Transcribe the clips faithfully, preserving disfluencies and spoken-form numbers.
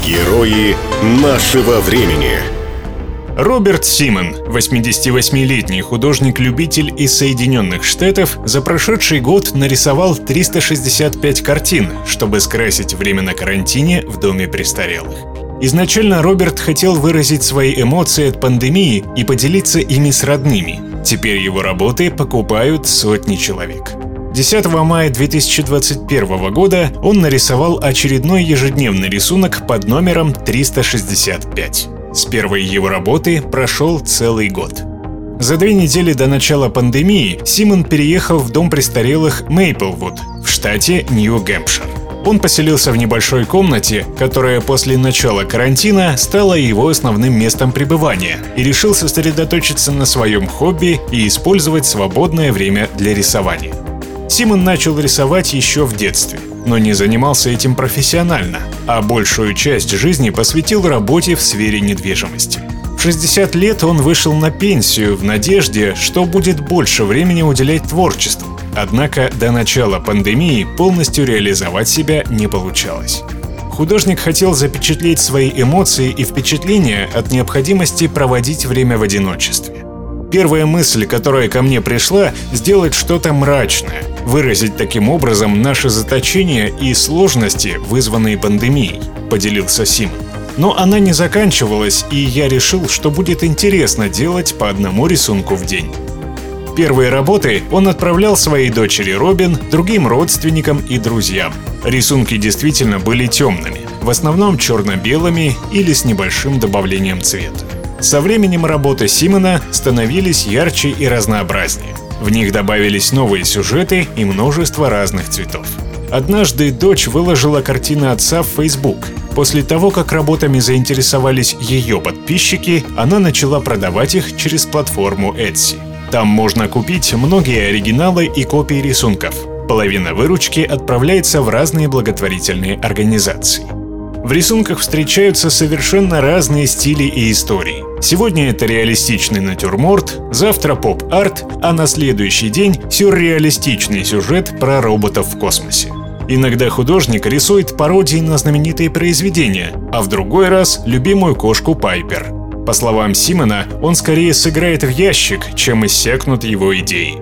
Герои нашего времени. Роберт Симон, восьмидесятивосьмилетний художник-любитель из Соединенных Штатов, за прошедший год нарисовал триста шестьдесят пять картин, чтобы скрасить время на карантине в доме престарелых. Изначально Роберт хотел выразить свои эмоции от пандемии и поделиться ими с родными. Теперь его работы покупают сотни человек. десятого мая две тысячи двадцать первого года он нарисовал очередной ежедневный рисунок под номером триста шестьдесят пять. С первой его работы прошел целый год. За две недели до начала пандемии Симон переехал в дом престарелых Мейплвуд в штате Нью-Гэмпшир. Он поселился в небольшой комнате, которая после начала карантина стала его основным местом пребывания, и решил сосредоточиться на своем хобби и использовать свободное время для рисования. Симон начал рисовать еще в детстве, но не занимался этим профессионально, а большую часть жизни посвятил работе в сфере недвижимости. В шестьдесят лет он вышел на пенсию в надежде, что будет больше времени уделять творчеству. Однако до начала пандемии полностью реализовать себя не получалось. Художник хотел запечатлеть свои эмоции и впечатления от необходимости проводить время в одиночестве. Первая мысль, которая ко мне пришла, сделать что-то мрачное, выразить таким образом наше заточение и сложности, вызванные пандемией, поделился Симон. Но она не заканчивалась, и я решил, что будет интересно делать по одному рисунку в день. Первые работы он отправлял своей дочери Робин, другим родственникам и друзьям. Рисунки действительно были темными, в основном черно-белыми или с небольшим добавлением цвета. Со временем работы Симона становились ярче и разнообразнее. В них добавились новые сюжеты и множество разных цветов. Однажды дочь выложила картины отца в Facebook. После того, как работами заинтересовались ее подписчики, она начала продавать их через платформу Etsy. Там можно купить многие оригиналы и копии рисунков. Половина выручки отправляется в разные благотворительные организации. В рисунках встречаются совершенно разные стили и истории. Сегодня это реалистичный натюрморт, завтра поп-арт, а на следующий день сюрреалистичный сюжет про роботов в космосе. Иногда художник рисует пародии на знаменитые произведения, а в другой раз — любимую кошку Пайпер. По словам Симона, он скорее сыграет в ящик, чем иссякнут его идеи.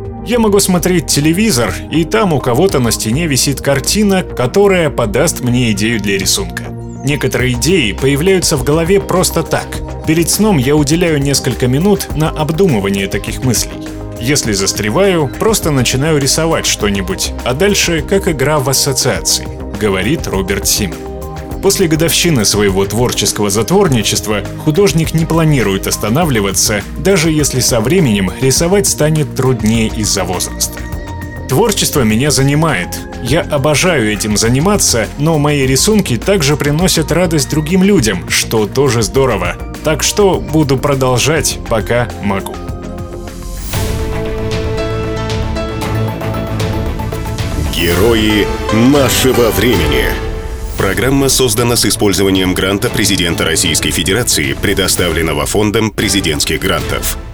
Я могу смотреть телевизор, и там у кого-то на стене висит картина, которая подаст мне идею для рисунка. Некоторые идеи появляются в голове просто так. Перед сном я уделяю несколько минут на обдумывание таких мыслей. Если застреваю, просто начинаю рисовать что-нибудь, а дальше как игра в ассоциации, говорит Роберт Симон. После годовщины своего творческого затворничества художник не планирует останавливаться, даже если со временем рисовать станет труднее из-за возраста. Творчество меня занимает. Я обожаю этим заниматься, но мои рисунки также приносят радость другим людям, что тоже здорово. Так что буду продолжать, пока могу. Герои нашего времени. Программа создана с использованием гранта президента Российской Федерации, предоставленного Фондом президентских грантов.